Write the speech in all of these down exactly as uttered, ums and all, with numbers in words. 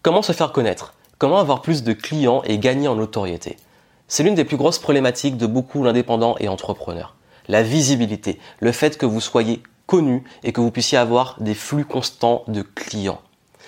Comment se faire connaître? Comment avoir plus de clients et gagner en notoriété? C'est l'une des plus grosses problématiques de beaucoup d'indépendants et entrepreneurs. La visibilité, le fait que vous soyez connu et que vous puissiez avoir des flux constants de clients.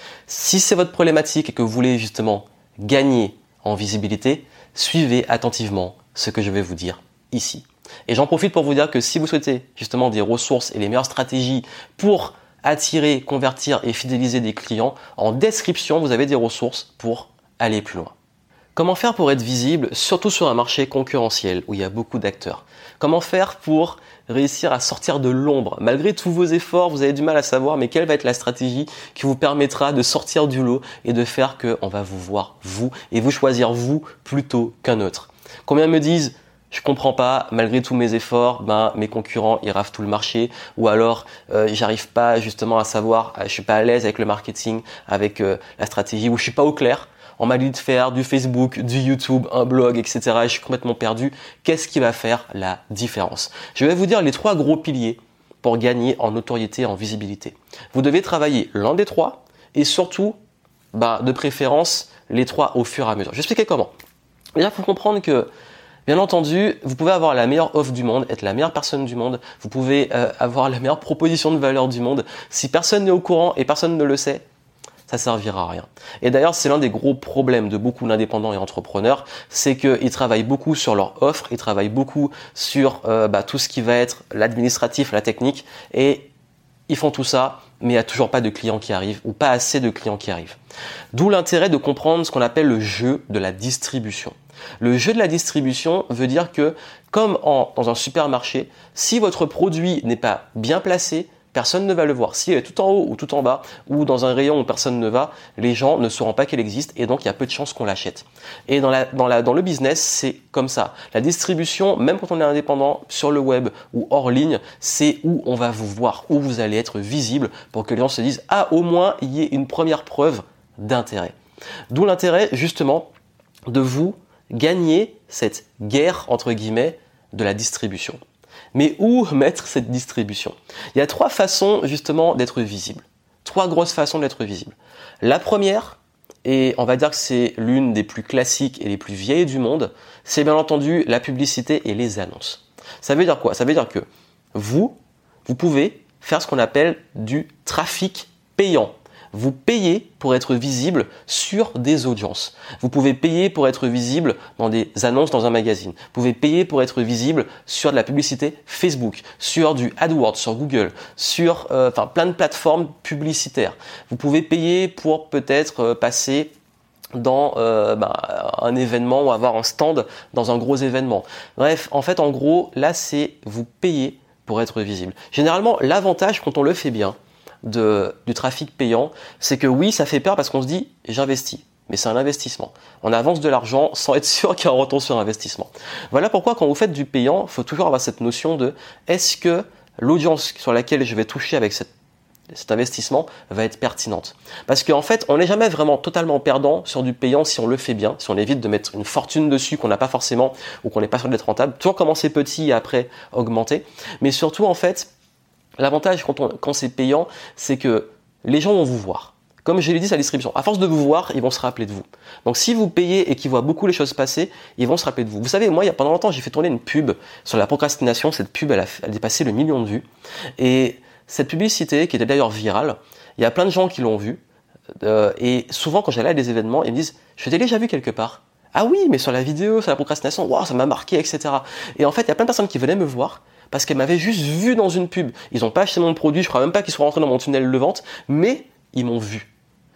Si c'est votre problématique et que vous voulez justement gagner en visibilité, suivez attentivement ce que je vais vous dire ici. Et j'en profite pour vous dire que si vous souhaitez justement des ressources et les meilleures stratégies pour attirer, convertir et fidéliser des clients, en description, vous avez des ressources pour aller plus loin. Comment faire pour être visible, surtout sur un marché concurrentiel où il y a beaucoup d'acteurs? Comment faire pour réussir à sortir de l'ombre? Malgré tous vos efforts, vous avez du mal à savoir, mais quelle va être la stratégie qui vous permettra de sortir du lot et de faire qu'on va vous voir vous et vous choisir vous plutôt qu'un autre? Combien me disent « je comprends pas, malgré tous mes efforts, ben mes concurrents ils raflent tout le marché » ou alors euh, « j'arrive pas justement à savoir, je suis pas à l'aise avec le marketing, avec euh, la stratégie ou je suis pas au clair ». On m'a dit de faire du Facebook, du YouTube, un blog, et cetera. Et je suis complètement perdu. Qu'est-ce qui va faire la différence? Je vais vous dire les trois gros piliers pour gagner en notoriété et en visibilité. Vous devez travailler l'un des trois et surtout, bah, de préférence, les trois au fur et à mesure. Je vais expliquer comment. Déjà, il faut comprendre que, bien entendu, vous pouvez avoir la meilleure offre du monde, être la meilleure personne du monde. Vous pouvez euh, avoir la meilleure proposition de valeur du monde. Si personne n'est au courant et personne ne le sait, ça servira à rien. Et d'ailleurs, c'est l'un des gros problèmes de beaucoup d'indépendants et entrepreneurs, c'est qu'ils travaillent beaucoup sur leur offre, ils travaillent beaucoup sur euh, bah, tout ce qui va être l'administratif, la technique, et ils font tout ça, mais il n'y a toujours pas de clients qui arrivent, ou pas assez de clients qui arrivent. D'où l'intérêt de comprendre ce qu'on appelle le jeu de la distribution. Le jeu de la distribution veut dire que, comme en, dans un supermarché, si votre produit n'est pas bien placé, personne ne va le voir. S'il est tout en haut ou tout en bas ou dans un rayon où personne ne va, les gens ne sauront pas qu'elle existe et donc il y a peu de chances qu'on l'achète. Et dans, la, dans, la, dans le business, c'est comme ça. La distribution, même quand on est indépendant sur le web ou hors ligne, c'est où on va vous voir, où vous allez être visible pour que les gens se disent « Ah, au moins, il y ait une première preuve d'intérêt ». D'où l'intérêt, justement, de vous gagner cette guerre, entre guillemets, de la distribution. Mais où mettre cette distribution? Il y a trois façons justement d'être visible. Trois grosses façons d'être visible. La première, et on va dire que c'est l'une des plus classiques et les plus vieilles du monde, c'est bien entendu la publicité et les annonces. Ça veut dire quoi? Ça veut dire que vous, vous pouvez faire ce qu'on appelle du trafic payant. Vous payez pour être visible sur des audiences. Vous pouvez payer pour être visible dans des annonces dans un magazine. Vous pouvez payer pour être visible sur de la publicité Facebook, sur du AdWords, sur Google, sur euh, enfin, plein de plateformes publicitaires. Vous pouvez payer pour peut-être euh, passer dans euh, bah, un événement ou avoir un stand dans un gros événement. Bref, en fait, en gros, là, c'est vous payez pour être visible. Généralement, l'avantage quand on le fait bien, De, du trafic payant, c'est que oui, ça fait peur parce qu'on se dit j'investis, mais c'est un investissement. On avance de l'argent sans être sûr qu'il y a un retour sur investissement. Voilà pourquoi quand vous faites du payant, il faut toujours avoir cette notion de est-ce que l'audience sur laquelle je vais toucher avec cette, cet investissement va être pertinente. Parce qu'en fait, on n'est jamais vraiment totalement perdant sur du payant si on le fait bien, si on évite de mettre une fortune dessus qu'on n'a pas forcément ou qu'on n'est pas sûr d'être rentable. Toujours commencer petit et après augmenter. Mais surtout, en fait, l'avantage quand, on, quand c'est payant, c'est que les gens vont vous voir. Comme je l'ai dit, c'est la distribution. À force de vous voir, ils vont se rappeler de vous. Donc si vous payez et qu'ils voient beaucoup les choses passer, ils vont se rappeler de vous. Vous savez, moi, il y a pendant longtemps, j'ai fait tourner une pub sur la procrastination. Cette pub, elle a, elle a dépassé le million de vues. Et cette publicité, qui était d'ailleurs virale, il y a plein de gens qui l'ont vue. Euh, et souvent, quand j'allais à des événements, ils me disent « Je t'ai déjà vu quelque part ». Ah oui, mais sur la vidéo, sur la procrastination, wow, ça m'a marqué, et cetera. Et en fait, il y a plein de personnes qui venaient me voir parce qu'elles m'avaient juste vu dans une pub. Ils n'ont pas acheté mon produit, je crois même pas qu'ils soient rentrés dans mon tunnel de vente, mais ils m'ont vu.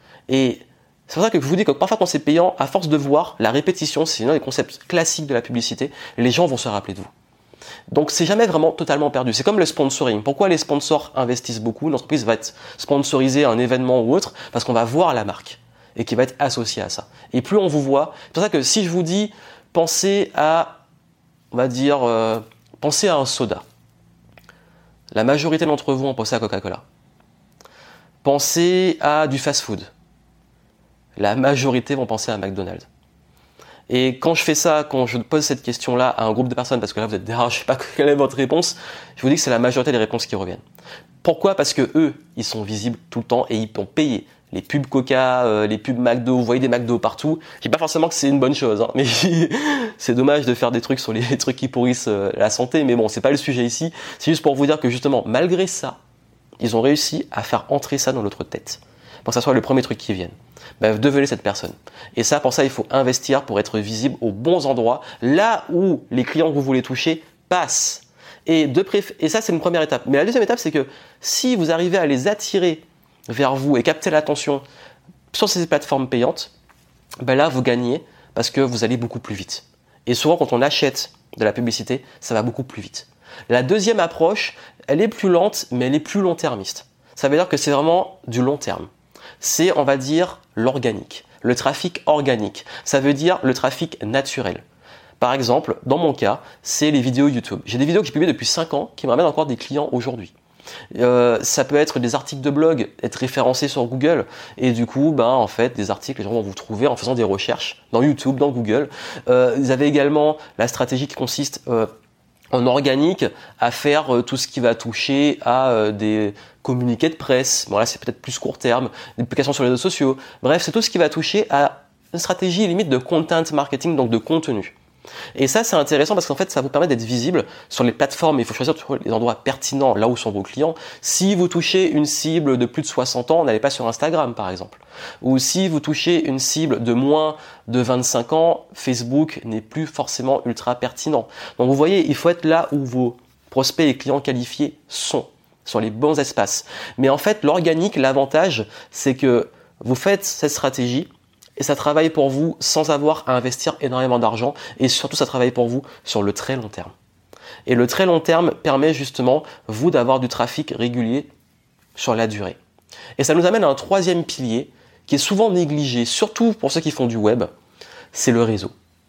Et c'est pour ça que je vous dis que parfois quand c'est payant, à force de voir, la répétition, c'est l'un des concepts classiques de la publicité, les gens vont se rappeler de vous. Donc c'est jamais vraiment totalement perdu. C'est comme le sponsoring. Pourquoi les sponsors investissent beaucoup? Une entreprise va être sponsorisée à un événement ou autre parce qu'on va voir la marque et qui va être associée à ça. Et plus on vous voit, c'est pour ça que si je vous dis pensez à, on va dire, euh, pensez à un soda. La majorité d'entre vous ont pensé à Coca-Cola. Pensez à du fast-food. La majorité vont penser à McDonald's. Et quand je fais ça, quand je pose cette question-là à un groupe de personnes, parce que là vous êtes derrière, je ne sais pas quelle est votre réponse, je vous dis que c'est la majorité des réponses qui reviennent. Pourquoi? Parce que eux, ils sont visibles tout le temps et ils ont payé les pubs Coca, euh, les pubs McDo, vous voyez des McDo partout. Je dis pas forcément que c'est une bonne chose, hein, mais c'est dommage de faire des trucs sur les trucs qui pourrissent euh, la santé, mais bon, c'est pas le sujet ici. C'est juste pour vous dire que justement, malgré ça, ils ont réussi à faire entrer ça dans notre tête, pour que ça soit le premier truc qui vienne. Ben, devenez cette personne. Et ça, pour ça, il faut investir pour être visible aux bons endroits, là où les clients que vous voulez toucher passent. Et, de préf... et ça, c'est une première étape. Mais la deuxième étape, c'est que si vous arrivez à les attirer vers vous et capter l'attention sur ces plateformes payantes, ben là, vous gagnez parce que vous allez beaucoup plus vite. Et souvent, quand on achète de la publicité, ça va beaucoup plus vite. La deuxième approche, elle est plus lente, mais elle est plus long-termiste. Ça veut dire que c'est vraiment du long terme. C'est, on va dire, l'organique, le trafic organique. Ça veut dire le trafic naturel. Par exemple, dans mon cas, c'est les vidéos YouTube. J'ai des vidéos que j'ai publiées depuis cinq ans qui me ramènent encore des clients aujourd'hui. Euh, ça peut être des articles de blog, être référencés sur Google, et du coup, ben, en fait, des articles, les gens vont vous trouver en faisant des recherches dans YouTube, dans Google. Euh, vous avez également la stratégie qui consiste euh, en organique à faire euh, tout ce qui va toucher à euh, des communiqués de presse. Bon là, c'est peut-être plus court terme, des publications sur les réseaux sociaux. Bref, c'est tout ce qui va toucher à une stratégie limite de content marketing, donc de contenu. Et ça, c'est intéressant parce qu'en fait, ça vous permet d'être visible sur les plateformes. Il faut choisir les endroits pertinents, là où sont vos clients. Si vous touchez une cible de plus de soixante ans, n'allez pas sur Instagram, par exemple. Ou si vous touchez une cible de moins de vingt-cinq ans, Facebook n'est plus forcément ultra pertinent. Donc, vous voyez, il faut être là où vos prospects et clients qualifiés sont, sur les bons espaces. Mais en fait, l'organique, l'avantage, c'est que vous faites cette stratégie et ça travaille pour vous sans avoir à investir énormément d'argent et surtout ça travaille pour vous sur le très long terme. Et le très long terme permet justement vous d'avoir du trafic régulier sur la durée. Et ça nous amène à un troisième pilier qui est souvent négligé, surtout pour ceux qui font du web, c'est le réseau.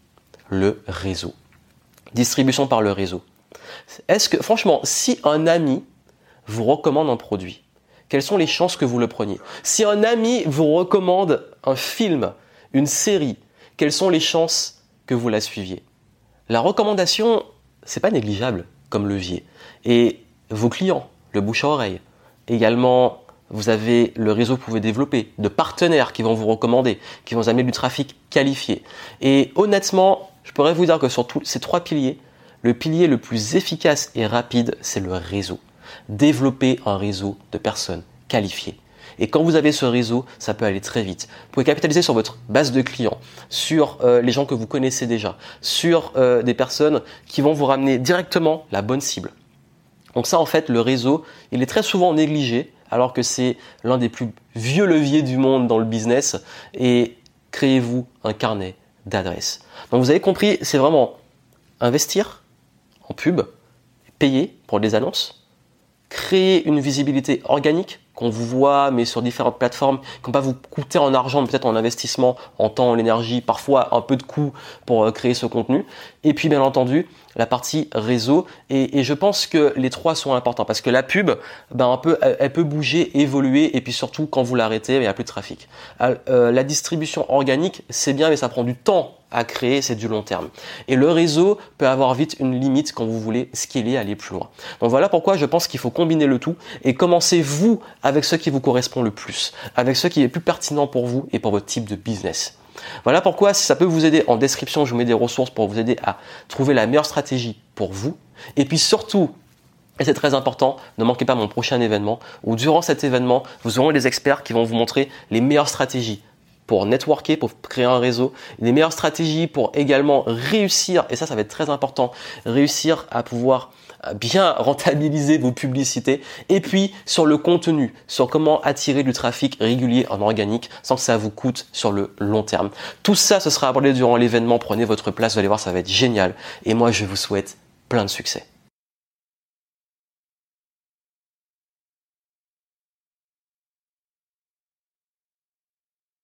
Le réseau. Distribution par le réseau. Est-ce que, franchement, si un ami vous recommande un produit, quelles sont les chances que vous le preniez? Si un ami vous recommande un film, une série, quelles sont les chances que vous la suiviez? La recommandation, c'est pas négligeable comme levier. Et vos clients, le bouche à oreille, également, vous avez le réseau que vous pouvez développer, de partenaires qui vont vous recommander, qui vont vous amener du trafic qualifié. Et honnêtement, je pourrais vous dire que sur tous ces trois piliers, le pilier le plus efficace et rapide, c'est le réseau. Développer un réseau de personnes qualifiées. Et quand vous avez ce réseau, ça peut aller très vite. Vous pouvez capitaliser sur votre base de clients, sur euh, les gens que vous connaissez déjà, sur euh, des personnes qui vont vous ramener directement la bonne cible. Donc ça, en fait, le réseau, il est très souvent négligé, alors que c'est l'un des plus vieux leviers du monde dans le business. Et créez-vous un carnet d'adresses. Donc vous avez compris, c'est vraiment investir en pub, payer pour des annonces, créer une visibilité organique qu'on vous voit, mais sur différentes plateformes, qui ne vont pas vous coûter en argent, mais peut-être en investissement, en temps, en énergie, parfois un peu de coût pour créer ce contenu. Et puis, bien entendu, la partie réseau. Et, et je pense que les trois sont importants parce que la pub, ben, un peu, elle, elle peut bouger, évoluer, et puis surtout, quand vous l'arrêtez, il n'y a plus de trafic. Euh, la distribution organique, c'est bien, mais ça prend du temps à créer, c'est du long terme. Et le réseau peut avoir vite une limite quand vous voulez scaler, aller plus loin. Donc voilà pourquoi je pense qu'il faut combiner le tout et commencer vous avec ce qui vous correspond le plus, avec ce qui est plus pertinent pour vous et pour votre type de business. Voilà pourquoi, si ça peut vous aider, en description, je vous mets des ressources pour vous aider à trouver la meilleure stratégie pour vous. Et puis surtout, et c'est très important, ne manquez pas mon prochain événement où durant cet événement, vous aurez des experts qui vont vous montrer les meilleures stratégies pour networker, pour créer un réseau, les meilleures stratégies pour également réussir, et ça, ça va être très important, réussir à pouvoir bien rentabiliser vos publicités, et puis sur le contenu, sur comment attirer du trafic régulier en organique sans que ça vous coûte sur le long terme. Tout ça, ce sera abordé durant l'événement. Prenez votre place, vous allez voir, ça va être génial. Et moi, je vous souhaite plein de succès.